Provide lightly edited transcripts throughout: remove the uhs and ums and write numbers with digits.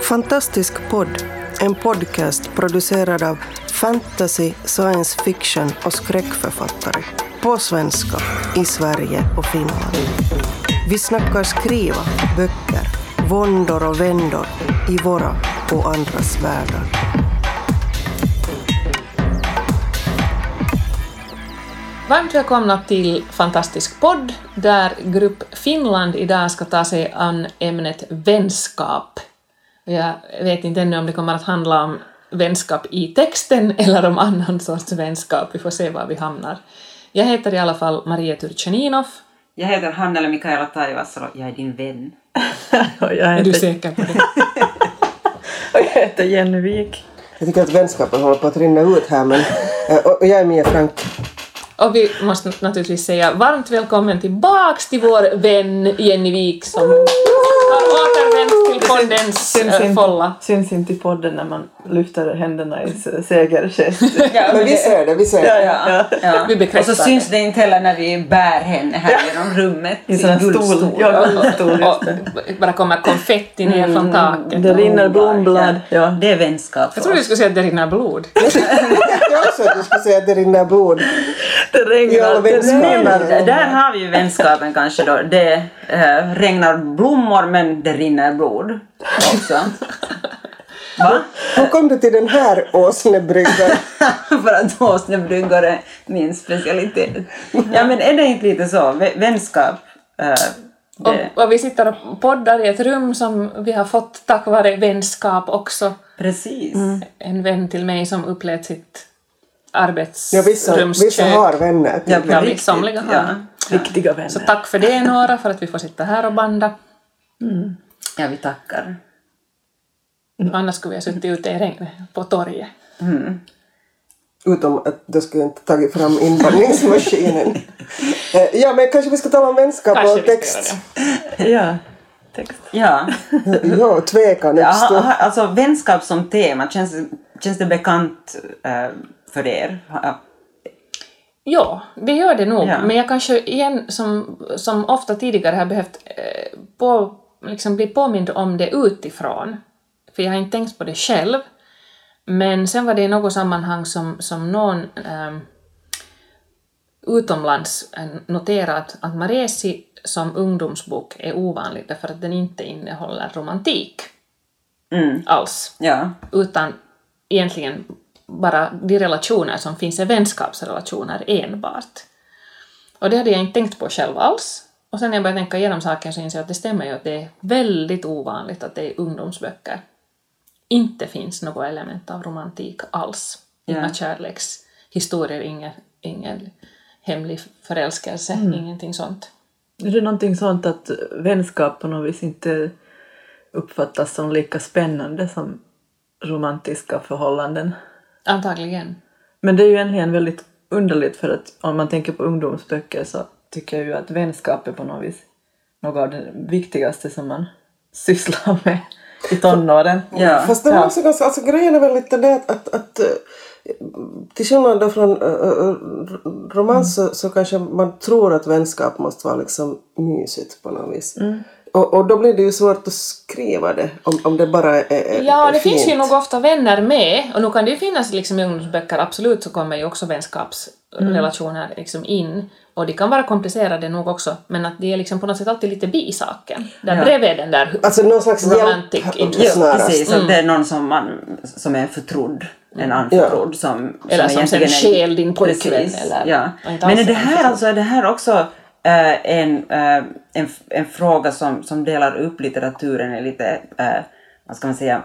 Fantastisk podd, en podcast producerad av fantasy, science fiction och skräckförfattare. På svenska, i Sverige och Finland. Vi snackar skriva, böcker, våndor och vändor i våra och andras världar. Varmt välkomna till Fantastisk podd, där Grupp Finland idag ska ta sig an ämnet vänskap. Jag vet inte ännu om det kommer att handla om vänskap i texten eller om annan sorts vänskap. Vi får se var vi hamnar. Jag heter i alla fall Maria Turchaninov. Jag heter Hannele Mikaela Taivasalo, jag är din vän. Är du säker på det? Och jag heter Jenny Wik. Jag tycker att vänskapen håller på att rinna ut här, men och jag är Mia Frank. Och vi måste naturligtvis säga varmt välkommen tillbaks till vår vän Jenny Wik som har återvänt till poddens folla. Syns inte i podden när man lyfter händerna i segergest. Ja, men vi ser det. Ja. Vi bekräftar och så syns det inte heller när vi bär henne här genom rummet. I sån här stol. Ja, guldstol. Och bara kommer konfetti ner från taket. Det rinner blomblad. Ja. Det är vänskap. Jag tror du skulle säga att det rinner blod. Jag också att du skulle säga att det rinner blod. Det regnar. Där har vi ju vänskapen kanske då. Det regnar blommor men det rinner blod också. Va? Hur kom du till den här åsnebryggan? För att åsnebryggar är min specialitet. Ja, men är det inte lite så? Vänskap. Och vi sitter och poddar i ett rum som vi har fått tack vare vänskap också. Precis. En vän till mig som upplevt sitt Ja, arbetsrumskök. vissa har vänner. Ja, vi somliga har. Ja. Riktiga vänner. Så tack för det, Nora, för att vi får sitta här och banda. Ja, vi tackar. Annars skulle vi ha suttit ute i regnet på torget. Utom att du skulle inte tagit fram inbandningsmaskinen. Ja, men kanske vi ska tala om vänskap Kanske och vi ska text. göra Ja, text. Ja. Ja, tvekan uppstår. Alltså vänskap som tema, känns det bekant för er? Ja, det gör det nog. Ja. Men jag kanske igen, som ofta tidigare har behövt bli påmind om det utifrån. För jag har inte tänkt på det själv. Men sen var det i något sammanhang som någon utomlands noterat att Maresi som ungdomsbok är ovanlig därför att den inte innehåller romantik alls. Ja. Utan egentligen bara de relationer som finns är vänskapsrelationer enbart. Och det hade jag inte tänkt på själv alls. Och sen när jag började tänka igenom saker så inser jag att det stämmer ju att det är väldigt ovanligt att det i ungdomsböcker inte finns något element av romantik alls. Inga kärlekshistorier, ingen hemlig förälskelse, ingenting sånt. Är det någonting sånt att vänskap på något vis inte uppfattas som lika spännande som romantiska förhållanden? Antagligen. Men det är ju egentligen väldigt underligt, för att om man tänker på ungdomsböcker så tycker jag ju att vänskap är på något vis något av det viktigaste som man sysslar med i tonåren. Ja. Fast det är också ganska, alltså grejen är väl lite det att till skillnad då från romans så kanske man tror att vänskap måste vara liksom mysigt på något vis. Och då blir det ju svårt att skriva det om det bara är Ja, det fint. finns ju nog ofta vänner med. Och nu kan det ju finnas liksom i ungdomsböcker, absolut, så kommer ju också vänskapsrelationer liksom in. Och det kan vara komplicerade nog också. Men att det är liksom på något sätt alltid lite bisaken. Där bredvid den där alltså någon slags romantic interest. Ja, precis. Att det är någon som är förtrodd. En anförtrodd som eller som sen skäl din pojkvän. Eller, ja. Men är det här också en fråga som delar upp litteraturen i lite, vad ska man säga,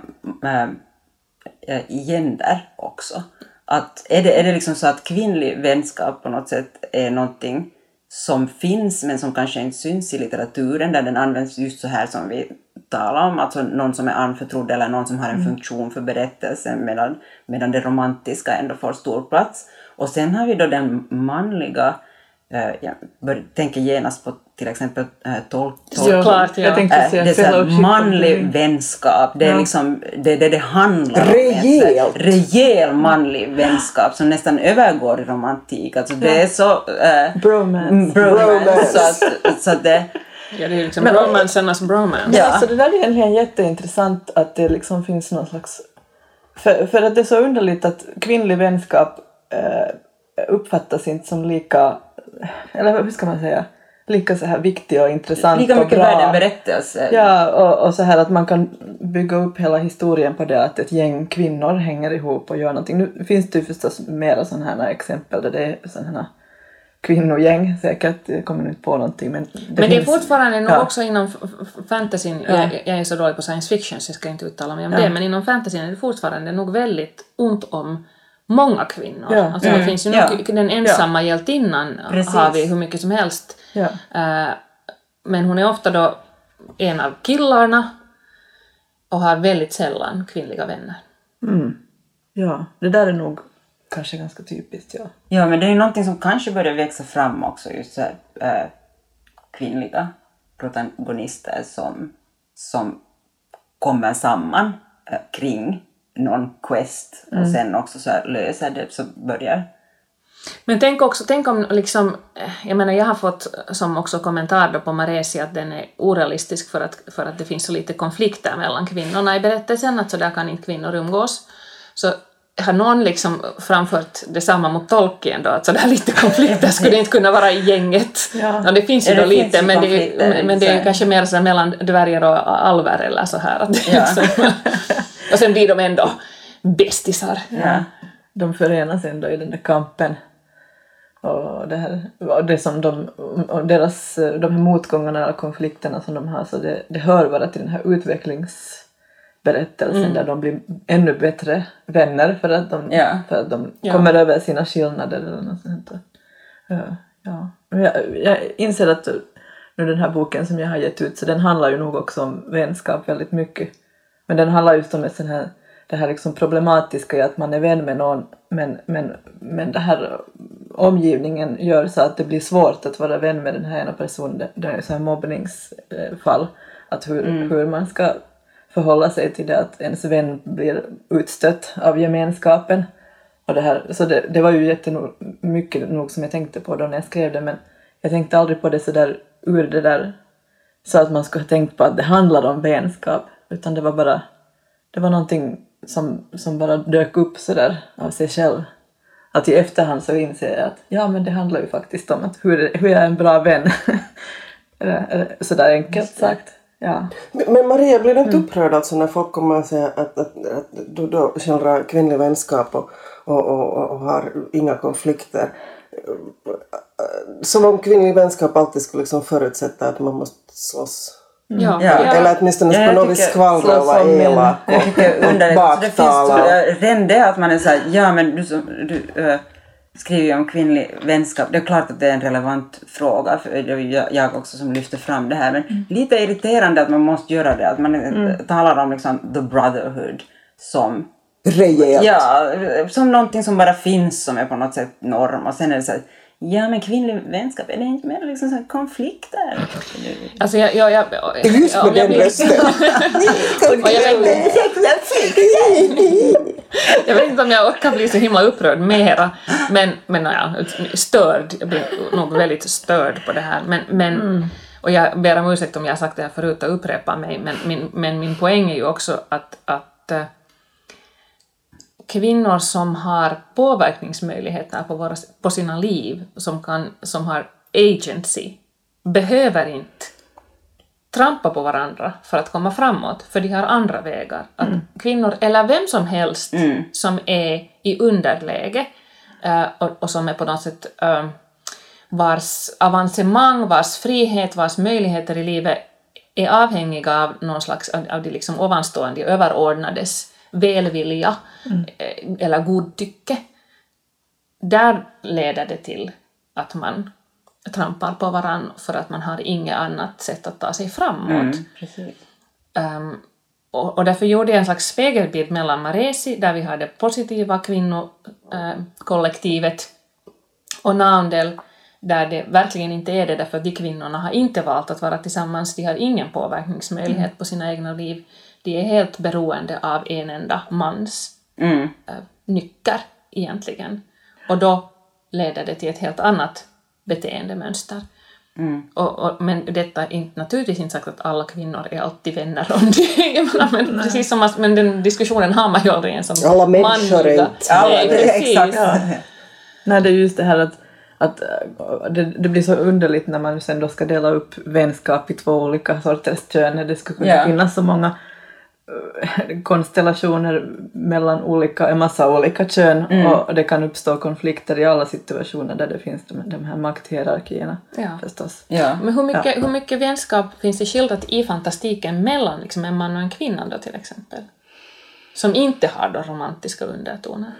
gender också? Att är det liksom så att kvinnlig vänskap på något sätt är någonting som finns men som kanske inte syns i litteraturen, där den används just så här som vi talar om, alltså någon som är anförtrodd eller någon som har en funktion för berättelsen, medan det romantiska ändå får stor plats. Och sen har vi då den manliga, jag tänker genast på till exempel Såklart, ja. Jag tänkte säga det är så här manlig vänskap, det är liksom det handlar om. Rejäl manlig vänskap som nästan övergår i romantik, alltså det är så bromance. så att det Ja, det är liksom romancernas bromance. Ja, så det där är egentligen jätteintressant att det liksom finns någon slags... För att det är så underligt att kvinnlig vänskap uppfattas inte som lika... Eller hur ska man säga? Lika så här viktig och intressant lika mycket och bra. värd en berättelse. Ja, och så här att man kan bygga upp hela historien på det att ett gäng kvinnor hänger ihop och gör någonting. Nu finns det ju förstås mera sådana här exempel där det är sådana här kvinnogäng säkert, jag kommer inte på någonting. Men det är fortfarande nog också inom fantasyn, jag är så dålig på science fiction så jag ska inte uttala mig om det, men inom fantasyn är det fortfarande nog väldigt ont om många kvinnor. Alltså det finns ju nog, den ensamma hjältinnan har vi hur mycket som helst. Ja. Men hon är ofta då en av killarna och har väldigt sällan kvinnliga vänner. Ja, det där är nog kanske ganska typiskt, ja. Ja, men det är ju någonting som kanske börjar växa fram också, just så här, kvinnliga protagonister som kommer samman kring någon quest och sen också så här löser det, så börjar. Men tänk om liksom, jag menar jag har fått som också kommentar då på Maresi att den är orealistisk för att det finns så lite konflikter mellan kvinnorna i berättelsen, att så där kan inte kvinnor umgås. Så har någon liksom framfört detsamma mot Tolkien då, att så där lite konflikter skulle inte kunna vara i gänget. Ja, det finns ju då lite, ju men det är kanske mer så mellan dvärgar och alver eller så här. Att och sen blir de ändå bästisar. Ja. De förenas ändå i den där kampen. Och det som de här motgångarna och konflikterna som de har, så det hör bara till den här utvecklingsberättelsen där de blir ännu bättre vänner för att de kommer över sina skillnader eller något sånt. Jag inser att nu den här boken som jag har gett ut, så den handlar ju nog också om vänskap väldigt mycket, men den handlar just om det här liksom problematiska i att man är vän med någon, men det här omgivningen gör så att det blir svårt att vara vän med den här ena personen. Det är ju så här mobbningsfall, att hur man ska förhålla sig till det att ens vän blir utstött av gemenskapen. Och så det var ju jättemycket nog som jag tänkte på då när jag skrev det, men jag tänkte aldrig på det så där ur det där så att man skulle ha tänkt på att det handlar om vänskap, utan det var någonting som bara dök upp så där av sig själv. Att i efterhand så inser jag att men det handlar ju faktiskt om att hur jag är en bra vän. Så där enkelt sagt. Ja. Men Maria, blir du inte upprörd alltså när folk kommer att säga att du då skildrar kvinnlig vänskap och har inga konflikter? Som om kvinnlig vänskap alltid skulle liksom förutsätta att man måste slåss. Eller åtminstone på något vis skvallra och vara elak och baktala. Redan det att man är såhär, men du skriver ju om kvinnlig vänskap. Det är klart att det är en relevant fråga, för jag också som lyfter fram det här. Men lite irriterande att man måste göra det. Att man talar om liksom the brotherhood som rejält. Ja, som någonting som bara finns, som är på något sätt norm. Och sen är det så här, men kvinnlig vänskap, är det inte mer liksom så här konflikter? Alltså just med den rösten. Jag vet inte om jag orkar bli så himla upprörd mera, men störd. Jag blir nog väldigt störd på det här. Och jag ber om ursäkt om jag har sagt det här förut och upprepar mig, men min poäng är ju också att kvinnor som har påverkningsmöjligheter på sina liv, som har agency, behöver inte trampa på varandra för att komma framåt, för de har andra vägar. Att kvinnor, eller vem som helst som är i underläge och som är på något sätt vars avancemang, vars frihet, vars möjligheter i livet är avhängiga av någon slags av de liksom ovanstående överordnades välvilja eller godtycke, där leder det till att man trampar på varann för att man har inget annat sätt att ta sig framåt. Och därför gjorde jag en slags spegelbild mellan Maresi, där vi har det positiva kvinnokollektivet, och Naundel, där det verkligen inte är det, därför att de kvinnorna har inte valt att vara tillsammans, de har ingen påverkningsmöjlighet på sina egna liv. De är helt beroende av en enda mans nycker egentligen. Och då leder det till ett helt annat beteendemönster. Men detta är naturligtvis inte sagt att alla kvinnor är alltid vänner om det. Men precis som men den diskussionen har man ju aldrig en som alla människor är inte. Exakt. Ja. Nej, det är just det här att det blir så underligt när man sen då ska dela upp vänskap i 2 olika sorters kön. Det skulle kunna finnas så många konstellationer mellan en massa olika kön och det kan uppstå konflikter i alla situationer där det finns de här makthierarkierna förstås. Ja. Men hur mycket vänskap finns det skildrat i fantastiken mellan liksom en man och en kvinna då till exempel? Som inte har då romantiska undertoner.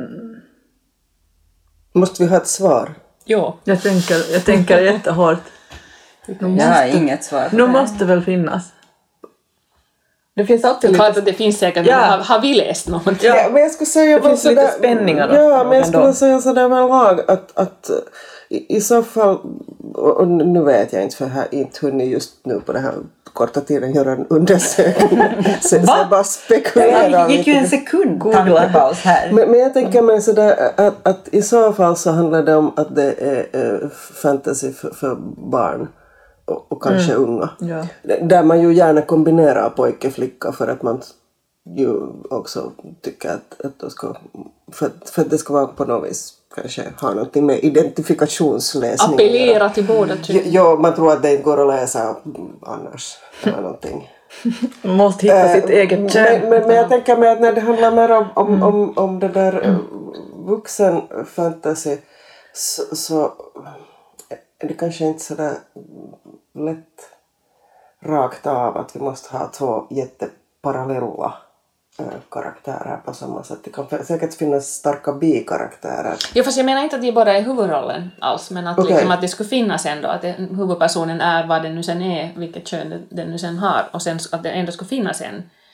Måste vi ha ett svar? Jo. Jag tänker jättehårt. Jag har inget svar. Nu måste väl finnas. Det finns alltid Klart att det finns säkert, men har vi läst någonting? Ja, men jag skulle säga det finns lite spänningar då. Ja, men jag skulle säga sådär överlag att i så fall, och nu vet jag inte för jag har inte hunnit just nu på den här korta tiden göra en undersökning. Så jag bara spekulerar. Det gick ju en sekund tankepaus här. Men jag tänker mig sådär att i så fall så handlar det om att det är fantasy för barn. Och kanske unga. Ja. Där man ju gärna kombinerar pojke och flicka för att man ju också tycker att det ska, för att det ska vara på något vis kanske ha någonting med identifikationsläsning. Appellera till båda typ. Ja, man tror att det inte går att läsa annars eller någonting. Man måste hitta sitt eget kön. Men jag tänker mig att när det handlar mer om det där vuxen fantasy så är det kanske inte sådär lätt rakt av att vi måste ha 2 jätteparallella karaktärer på samma sätt. Det kan säkert finnas starka bikaraktärer. Ja, fast jag menar inte att de bara är huvudrollen alls, men att, liksom, att det skulle finnas ändå, att huvudpersonen är vad den nu sen är, vilket kön den nu sen har, och sen att det ändå skulle finnas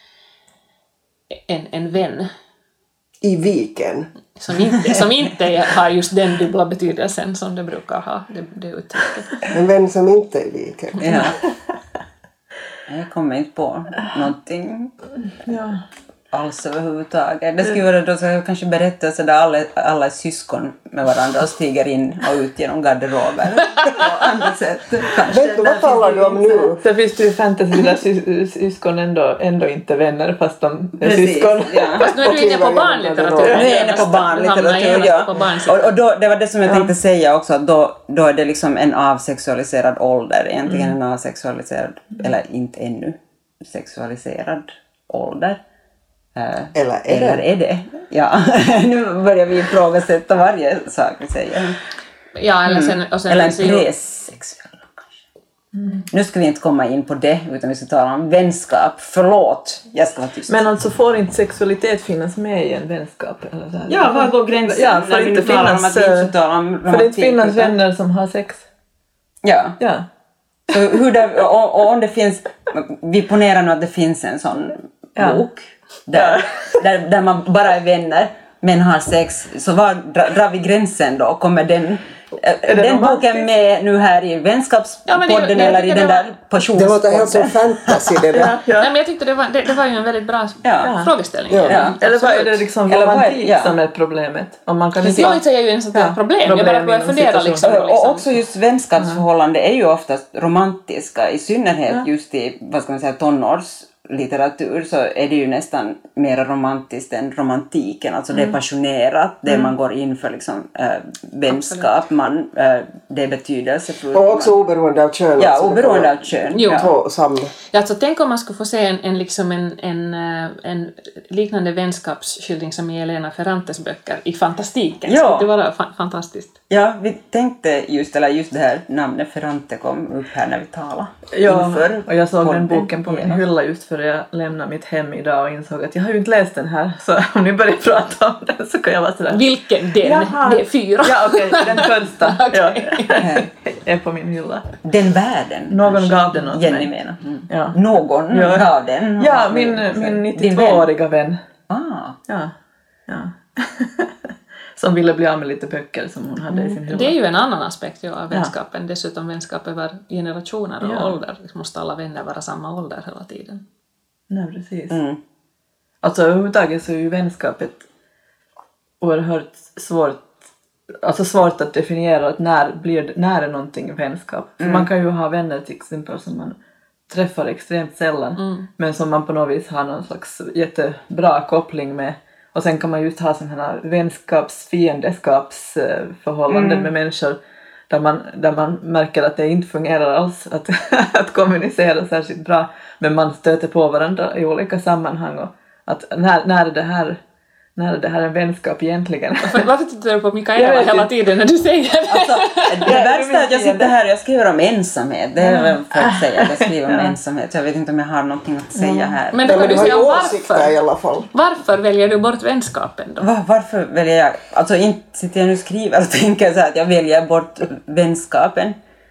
en vän. I viken. Som inte har just den dubbla betydelsen som det brukar ha, det uttrycket. En vän som inte är i viken. Ja. Jag kommer inte på någonting alls överhuvudtaget. Det skulle vara då så jag kanske berätta så där alla är syskon med varandra och stiger in och ut genom garderober. På andra sätt. Vet du vad talar du om nu? Så finns det ju fantasy där syskon ändå inte vänner fast de är syskon. Ja. Fast nu är du inne på barnlitteratur. Nu är jag inne på barnlitteratur, ja. Och då, det var det som jag tänkte säga också, att då är det liksom en avsexualiserad ålder. Egentligen en avsexualiserad, eller inte ännu sexualiserad ålder. Eller är det? Ja, nu börjar vi ifrågasätta varje sak vi säger. Ja, eller sen eller en presexuell kanske. Nu ska vi inte komma in på det, utan vi ska tala om vänskap. Förlåt, jag ska vara tyst. Men alltså får inte sexualitet finnas med i en vänskap? Eller så här? Ja, var går gränsen? Ja, för det inte finnas vänner som har sex. Ja. Så hur det, och om det finns, vi ponerar nu att det finns en sån bok där man bara är vänner men har sex, så var drar vi gränsen då? Kommer den boken med nu här i vänskapspodden eller i den där passionspodden? Det låter helt som fantasy det där. Nej, men jag tyckte det var ju en väldigt bra frågeställning. Ja. Eller vad är det liksom romantik som är problemet? Om man kan Jag säger ju ens att det är ett problem. Jag bara börjar fundera liksom. Och också just vänskapsförhållanden är ju oftast romantiska, i synnerhet just i, vad ska man säga, tonårslitteratur, så är det ju nästan mer romantiskt än romantiken. Alltså det är passionerat, det man går in för liksom vänskap, det är betydelsefullt. Och också oberoende av kön. Ja, oberoende av kön. Jo. Två samma. Ja, alltså, tänk om man skulle få se en liknande vänskapsskildring som i Elena Ferrantes böcker i fantastiken. Ja. Så det var fantastiskt. Ja, vi tänkte just det här namnet Ferrante kom upp här när vi talade. Ja, och jag såg den boken på min hylla just för jag lämnade mitt hem idag och insåg att jag har ju inte läst den här, så om ni börjar prata om den så kan jag vara sådär. Vilken den? Det är 4. Ja, okej, den första. Okej. Är på min hylla. Den världen. Någon gav den åt Jenny mig. menar. Ja. Någon gav den. Ja, min 92-åriga vän. Ja. Som ville bli av med lite böcker som hon hade i sin hylla. Det är ju en annan aspekt av vänskapen. Dessutom vänskap över generationer och ålder. Det måste alla vänner vara samma ålder hela tiden. Nej, precis. Alltså överhuvudtaget så är ju vänskapet oerhört svårt alltså svårt att definiera att när är någonting vänskap. För man kan ju ha vänner till exempel som man träffar extremt sällan men som man på något vis har någon slags jättebra koppling med. Och sen kan man just ha sådana här fiendeskapsförhållanden med människor där man märker att det inte fungerar alls att kommunicera särskilt bra, men man stöter på varandra i olika sammanhang. Och att när är det här en vänskap egentligen? Varför tittar du på Mikaela hela tiden när du säger det? Alltså, det värsta är att jag sitter här och jag skriver om ensamhet. Det är väl för att säga att jag skriver om ensamhet. Jag vet inte om jag har någonting att säga här. Men då kan du säga varför i alla fall. Varför väljer du bort vänskapen då? Varför väljer jag? Alltså inte sitter jag nu och skriver och tänker så här att jag väljer bort vänskapen.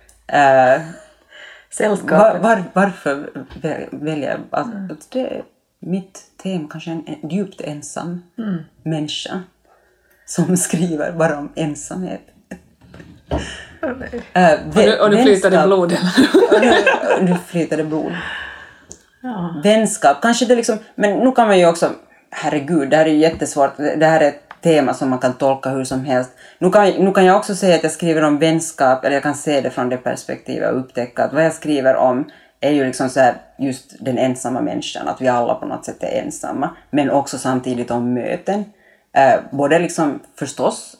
Sällskapet. Varför väljer jag? Alltså, det är mitt tema, kanske en djupt ensam människa som skriver bara om ensamhet. Och du flyter det blod. Nu flyter det blod. Ja. Vänskap, kanske det liksom, men nu kan man ju också, herregud, det här är ju jättesvårt, det här är ett tema som man kan tolka hur som helst. Nu kan jag också säga att jag skriver om vänskap, eller jag kan se det från det perspektivet och upptäcka att vad jag skriver om är ju liksom så här just den ensamma människan, att vi alla på något sätt är ensamma, men också samtidigt om möten. Både liksom förstås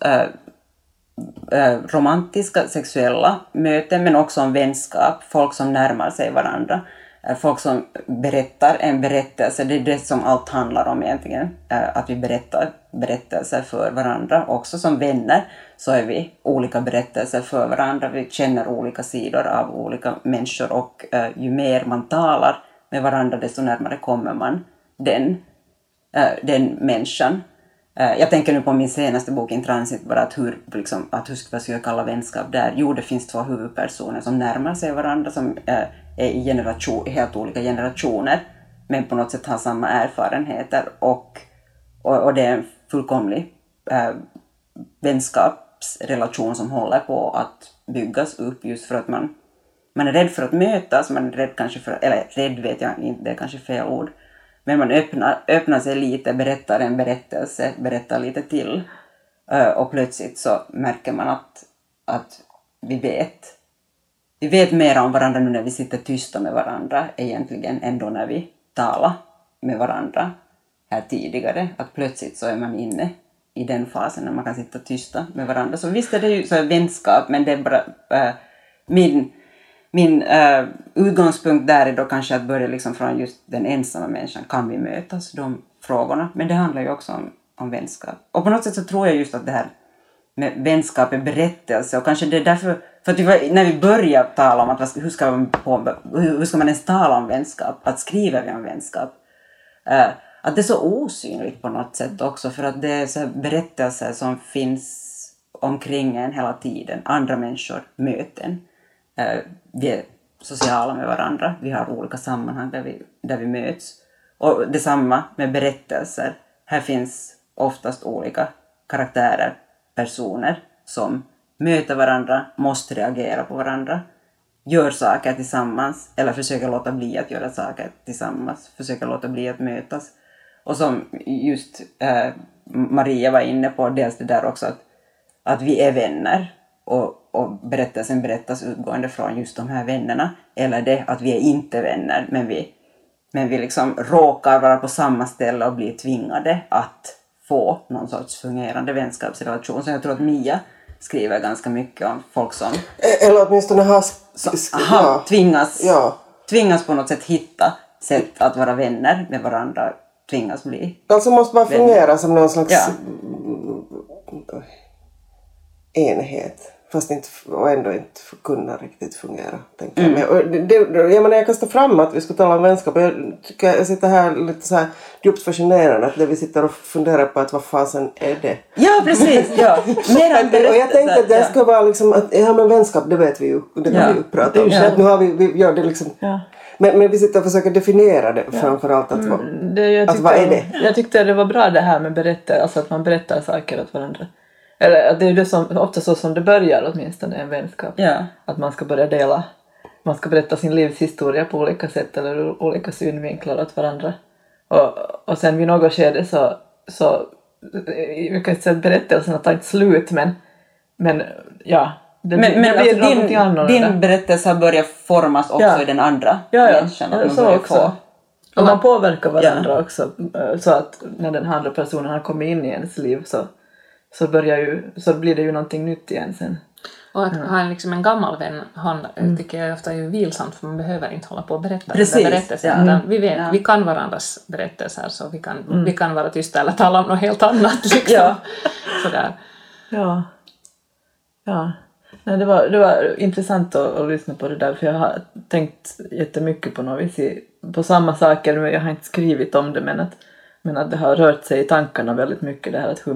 romantiska, sexuella möten, men också om vänskap, folk som närmar sig varandra, folk som berättar en berättelse. Det är det som allt handlar om egentligen, att vi berättar berättelser för varandra. Också som vänner så är vi olika berättelser för varandra, vi känner olika sidor av olika människor, och ju mer man talar med varandra desto närmare kommer man den människan. Jag tänker nu på min senaste bok In Transit, bara att vad ska jag kalla vänskap där? Jo, det finns 2 huvudpersoner som närmar sig varandra, som är i helt olika generationer, men på något sätt har samma erfarenheter, och det är en fullkomlig vänskapsrelation som håller på att byggas upp, just för att man är rädd för att mötas, man är rädd kanske för, eller rädd vet jag inte, det är kanske fel ord. Men man öppnar sig lite, berättar en berättelse, berättar lite till. Och plötsligt så märker man att vi vet mer om varandra nu när vi sitter tysta med varandra egentligen, ändå när vi talar med varandra här tidigare. Att plötsligt så är man inne i den fasen när man kan sitta tysta med varandra. Så visst är det ju så vänskap, men det är bara min utgångspunkt där är då kanske att börja liksom från just den ensamma människan. Kan vi mötas, de frågorna? Men det handlar ju också om vänskap. Och på något sätt så tror jag just att det här med vänskap är berättelse. Och kanske det är därför, för att när vi börjar tala om att hur ska man ens tala om vänskap? Att skriver vi om vänskap? Att det är så osynligt på något sätt också. För att det är så här berättelser som finns omkring en hela tiden. Andra människor, möten. Vi är sociala med varandra, vi har olika sammanhang där vi möts, och detsamma med berättelser. Här finns oftast olika karaktärer, personer som möter varandra, måste reagera på varandra, gör saker tillsammans eller försöker låta bli att göra saker tillsammans, försöker låta bli att mötas. Och som just Maria var inne på, dels det där också att vi är vänner, och berättelsen berättas utgående från just de här vännerna, eller det att vi är inte vänner, men vi liksom råkar vara på samma ställe och blir tvingade att få någon sorts fungerande vänskapsrelation. Så jag tror att Mia skriver ganska mycket om folk som eller åtminstone tvingas på något sätt hitta sätt att vara vänner med varandra, tvingas bli. Alltså måste man fungera som någon slags enhet. Fast inte, och ändå inte kunna riktigt fungera, tänker jag. Men, jag menar, jag kastar fram att vi ska tala om vänskap. Jag sitter här lite så här djupt fascinerad att vi sitter och funderar på att vad fasen är det? Ja, precis. Ja. Och jag tänkte att det ska vara liksom att, men vänskap, det vet vi ju. Det har vi ju pratat om. Nu har vi gör det liksom. Ja. Men vi sitter och försöker definiera det framförallt. Vad är det? Jag tyckte det var bra det här med berätta, alltså att man berättar saker åt varandra. Eller det är det som ofta så som det börjar, åtminstone en vänskap. Ja. Att man ska börja man ska berätta sin livshistoria på olika sätt eller olika synvinklar åt varandra. Och sen vid något skede så jag kan inte säga att berättelserna tar inte slut, men Men ja, det Men blir någonting alltså annorlunda. din berättelse har börjat formas också i den andra människan. Att man så börjar också. Och man påverkar varandra också. Så att när den andra personen har kommit in i ens liv så blir det ju någonting nytt igen sen. Och att ha liksom en gammal vän, han tycker jag ofta är vilsamt, för man behöver inte hålla på och berätta berättelsen. Ja. Vi kan varandras berättelser, så vi kan vara tysta eller tala om något helt annat. Liksom. Sådär. Ja. Nej, det var intressant att lyssna på det där, för jag har tänkt jättemycket på något vis på samma saker, men jag har inte skrivit om det, men att det har rört sig i tankarna väldigt mycket, det här att hur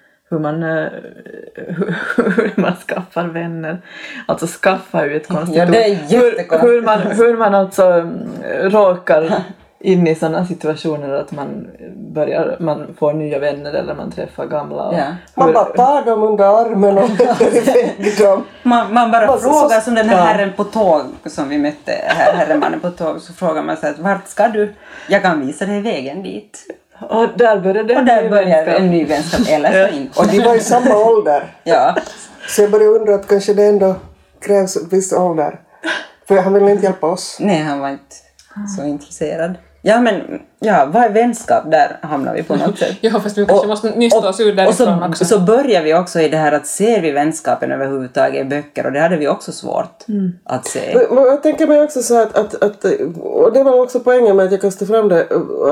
man skaffar vänner. Alltså skaffa ju ett konstigt ord. Det är jättekonstigt. Hur man alltså råkar in i sådana situationer att man får nya vänner eller man träffar gamla. Man bara tar dem under armen och dem. Man bara frågar, som den här herren på tåg som vi mötte, herremannen på tåg, så frågar man sig att vart ska du? Jag kan visa dig vägen dit. Och där började en ny vänskap eller så inte. Och de var i samma ålder. Ja. Så jag började undra att kanske det ändå krävs en viss ålder. För han ville inte hjälpa oss. Nej, han var inte så intresserad. Ja, men vad är vänskap? Där hamnar vi på något sätt. Ja, fast vi kanske måste nysta oss ur därifrån också. Så börjar vi också i det här att ser vi vänskapen överhuvudtaget i böcker, och det hade vi också svårt att se. Jag tänker mig också så att och det var också poängen med att jag kastade fram det,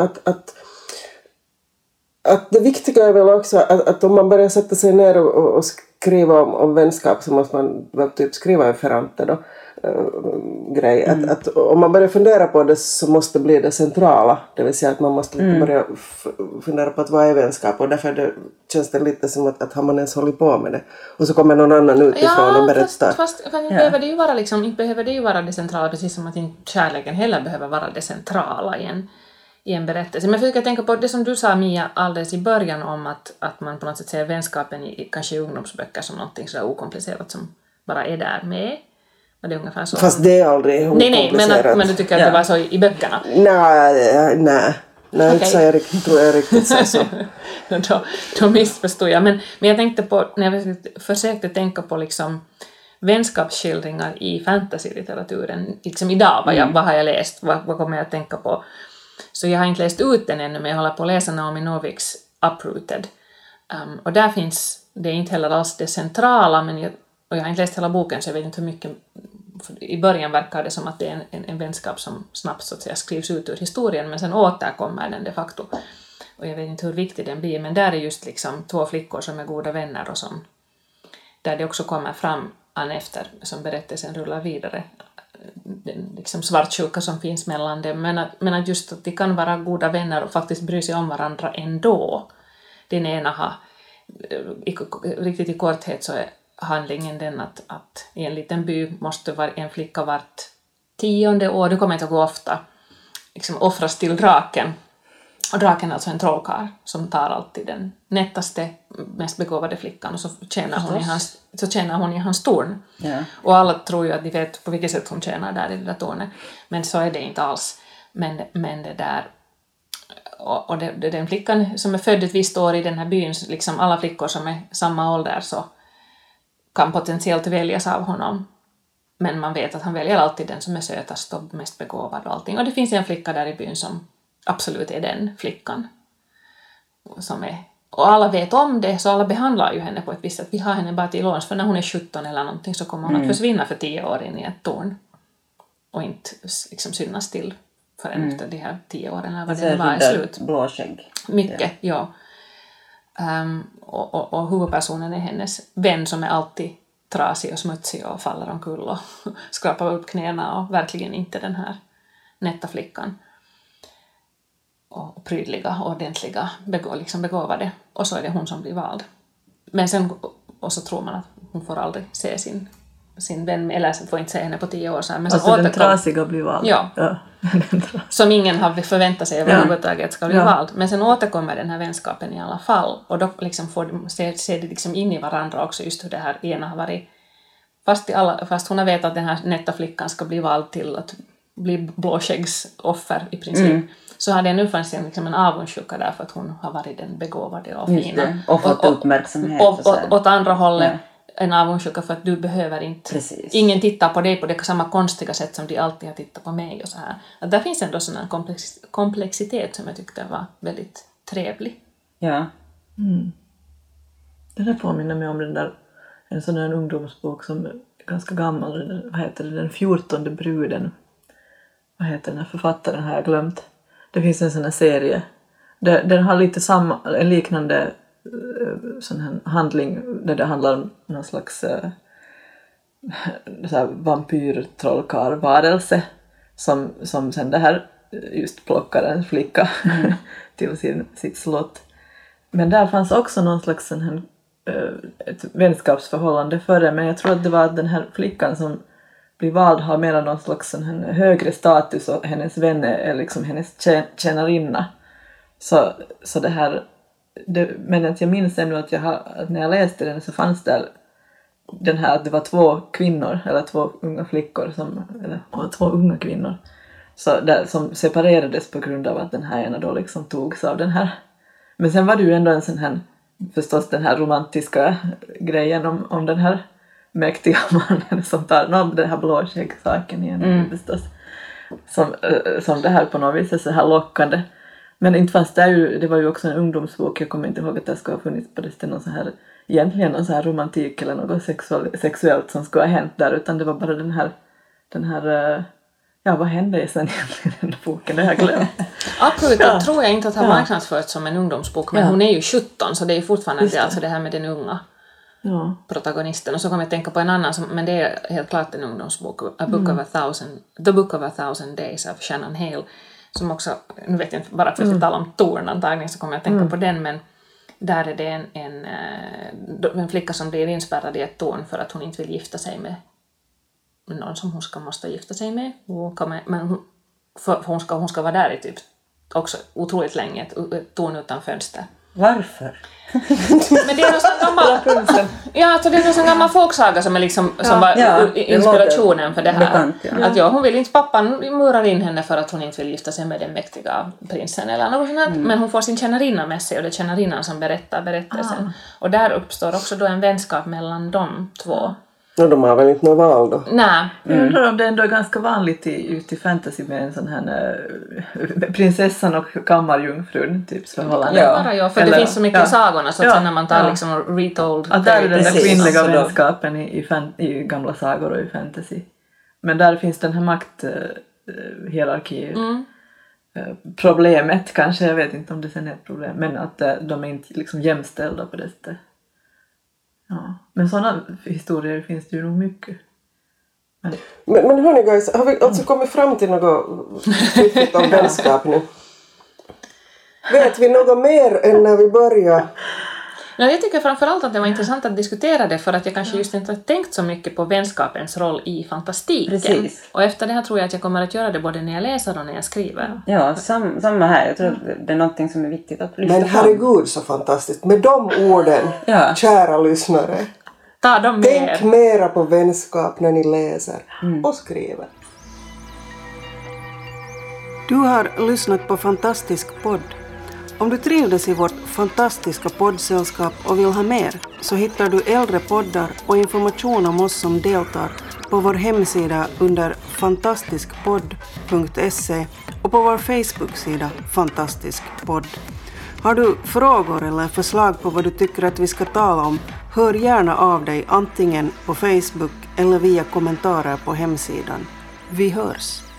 att det viktiga är väl också att om man börjar sätta sig ner och skriva om vänskap, så måste man väl typ skriva en Ferrante då, grej. Att om man börjar fundera på det, så måste det bli det centrala. Det vill säga att man måste börja fundera på att vad är vänskap, och därför känns det lite som att har man ens hållit på med det. Och så kommer någon annan utifrån och berättar. Fast behöver det ju vara liksom, inte behöver det ju vara det centrala, precis som att inte kärleken heller behöver vara det centrala i en berättelse. Men jag försöker tänka på det som du sa, Mia, alldeles i början, om att man på något sätt ser vänskapen kanske i ungdomsböcker som någonting så okomplicerat som bara är där med. Och det är ungefär så. Fast det är aldrig okomplicerat. Nej, men du tycker att det var så i böckerna? Nej, inte så tror jag riktigt så. Då missförstod jag. Men jag tänkte på, när jag försökte tänka på liksom vänskapsskildringar i fantasy-litteraturen, liksom idag, vad har jag läst, vad kommer jag att tänka på? Så jag har inte läst ut den ännu, men jag håller på att läsa Naomi Noviks Uprooted. Och där finns, det är inte heller alls det centrala, och jag har inte läst hela boken, så jag vet inte hur mycket. I början verkar det som att det är en vänskap som snabbt så att säga skrivs ut ur historien, men sen återkommer den de facto. Och jag vet inte hur viktig den blir, men där är just liksom två flickor som är goda vänner, och som där det också kommer fram efter som berättelsen rullar vidare, den liksom svartsjuka som finns mellan dem, men att just att de kan vara goda vänner och faktiskt bry sig om varandra ändå. Den ena har, riktigt i korthet så är handlingen den att i en liten by måste en flicka vart 10:e år, det kommer inte att gå ofta, liksom offras till draken. Och draken är alltså en trollkarl som tar alltid den nättaste, mest begåvade flickan, och så tjänar hon i hans torn. Ja. Och alla tror ju att de vet på vilket sätt hon tjänar där i det där tornet. Men så är det inte alls. Men det där, och det den flickan som är född ett visst år i den här byn, liksom alla flickor som är samma ålder, så kan potentiellt väljas av honom. Men man vet att han väljer alltid den som är sötast och mest begåvad och allting. Och det finns en flicka där i byn som absolut är den flickan. Och alla vet om det, så alla behandlar ju henne på ett visst sätt. Vi har henne bara till låns, för när hon är 17 eller någonting så kommer hon att försvinna för 10 år in i ett torn. Och inte liksom synas till förrän efter de här 10 åren eller vad det var i slut. Blåskägg. Mycket, ja. Och huvudpersonen är hennes vän som är alltid trasig och smutsig och faller omkull och skrapar upp knäna, och verkligen inte den här nätta flickan. Och prydliga och ordentliga, liksom begåvade. Och så är det hon som blir vald. Men sen, och så tror man att hon får aldrig se sin vän, eller får inte se henne på 10 år sedan. Men alltså den trasiga blir vald. Ja. Som ingen har förväntat sig överhuvudtaget ska bli vald. Men sen återkommer den här vänskapen i alla fall. Och då liksom ser de liksom in i varandra också, just hur det här ena har varit. Fast hon har vetat att den här nätta flickan ska bli vald till att bli blåskäggsoffer i princip. Så hade det nu funnits liksom en avundsjuka där, för att hon har varit den begåvade och fina. Och fått uppmärksamhet. Och åt andra hållet en avundsjuka för att du behöver inte. Precis. Ingen tittar på dig på det samma konstiga sätt som de alltid har tittat på mig och så här. Att där finns ändå sån här komplexitet som jag tyckte var väldigt trevlig. Ja. Det där påminner mig om en sån här ungdomsbok som är ganska gammal. Vad heter det? Den 14:e bruden. Vad heter den här författaren? Har jag glömt. Det finns en sån här serie. Den har lite en liknande sån här handling där det handlar om någon slags vampyrtrollkarl-varelse som sen det här just plockar en flicka till sitt slott. Men där fanns också någon slags sån här, ett vänskapsförhållande före, men jag tror att det var att den här flickan som blir vald har mer någon slags sån här högre status och hennes vän är liksom hennes tjänarinna. Så det här, men att jag minns ändå att när jag läste den så fanns där den här att det var 2 kvinnor eller 2 unga flickor eller 2 unga kvinnor som separerades på grund av att den här ena då liksom togs av den här. Men sen var det ju ändå en sån här, förstås den här romantiska grejen om den här mäktiga mannen som tar den här blåskäggsaken igen förstås. Som det här på något vis är så här lockande. Men inte fast det var ju också en ungdomsbok, jag kommer inte ihåg att det ska ha funnits på det någon så här, egentligen någon så här romantik eller något sexuellt som skulle ha hänt där, utan det var bara den här ja, vad hände sen egentligen i den här boken? Det har jag glömt. Absolut, jag tror jag inte att ha marknadsförts som en ungdomsbok, men hon är ju 17 så det är fortfarande alltså det här med den unga protagonisten. Och så kommer jag tänka på en annan, men det är helt klart en ungdomsbok, The Book of a Thousand Days av Shannon Hale, som också, nu vet jag inte, bara för att vi talar om Torn antagligen så kommer jag att tänka på den, men där är det en flicka som blir inspärrad i ett torn för att hon inte vill gifta sig med någon som hon måste gifta sig med. Men hon ska vara där i typ också otroligt länge, ett torn utan fönster. Varför? Men det är någon sån gammal det är någon sån gammal folksaga som är liksom som var inspirationen för det här. Bekant, att hon vill inte, pappan murar in henne för att hon inte vill gifta sig med den mäktiga prinsen eller något sånt här. Men hon får sin tjänarinna med sig och det är tjänarinnan som berättar berättelsen. Och där uppstår också då en vänskap mellan de 2. No, de har väl inte något val då? Nej. Jag undrar om det ändå är ganska vanligt ute i fantasy med en sån här prinsessan och kammarjungfrun typ förhållande. Ja, för det finns så mycket i sagorna så att sen när man tar liksom retold. Att där är den där kvinnliga vänskapen i gamla sagor och i fantasy. Men där finns den här makthierarki problemet kanske, jag vet inte om det sen är ett problem, men att de är inte liksom jämställda på det sättet. Ja, men sådana historier finns det ju nog mycket. Men hörni guys, har vi alltså kommit fram till något viktigt om vänskap nu? Vet vi något mer än när vi började? Ja, jag tycker framförallt att det var intressant att diskutera det för att jag kanske just inte har tänkt så mycket på vänskapens roll i fantastiken. Precis. Och efter det här tror jag att jag kommer att göra det både när jag läser och när jag skriver. Ja, samma här. Jag tror att det är någonting som är viktigt att lyfta Men fram. herregud så fantastiskt. Med de orden, kära lyssnare. Ta dem med. Tänk mera på vänskap när ni läser och skriver. Du har lyssnat på Fantastisk podd. Om du trivdes i vårt fantastiska poddsällskap och vill ha mer så hittar du äldre poddar och information om oss som deltar på vår hemsida under fantastiskpodd.se och på vår Facebook-sida Fantastisk podd. Har du frågor eller förslag på vad du tycker att vi ska tala om, hör gärna av dig antingen på Facebook eller via kommentarer på hemsidan. Vi hörs!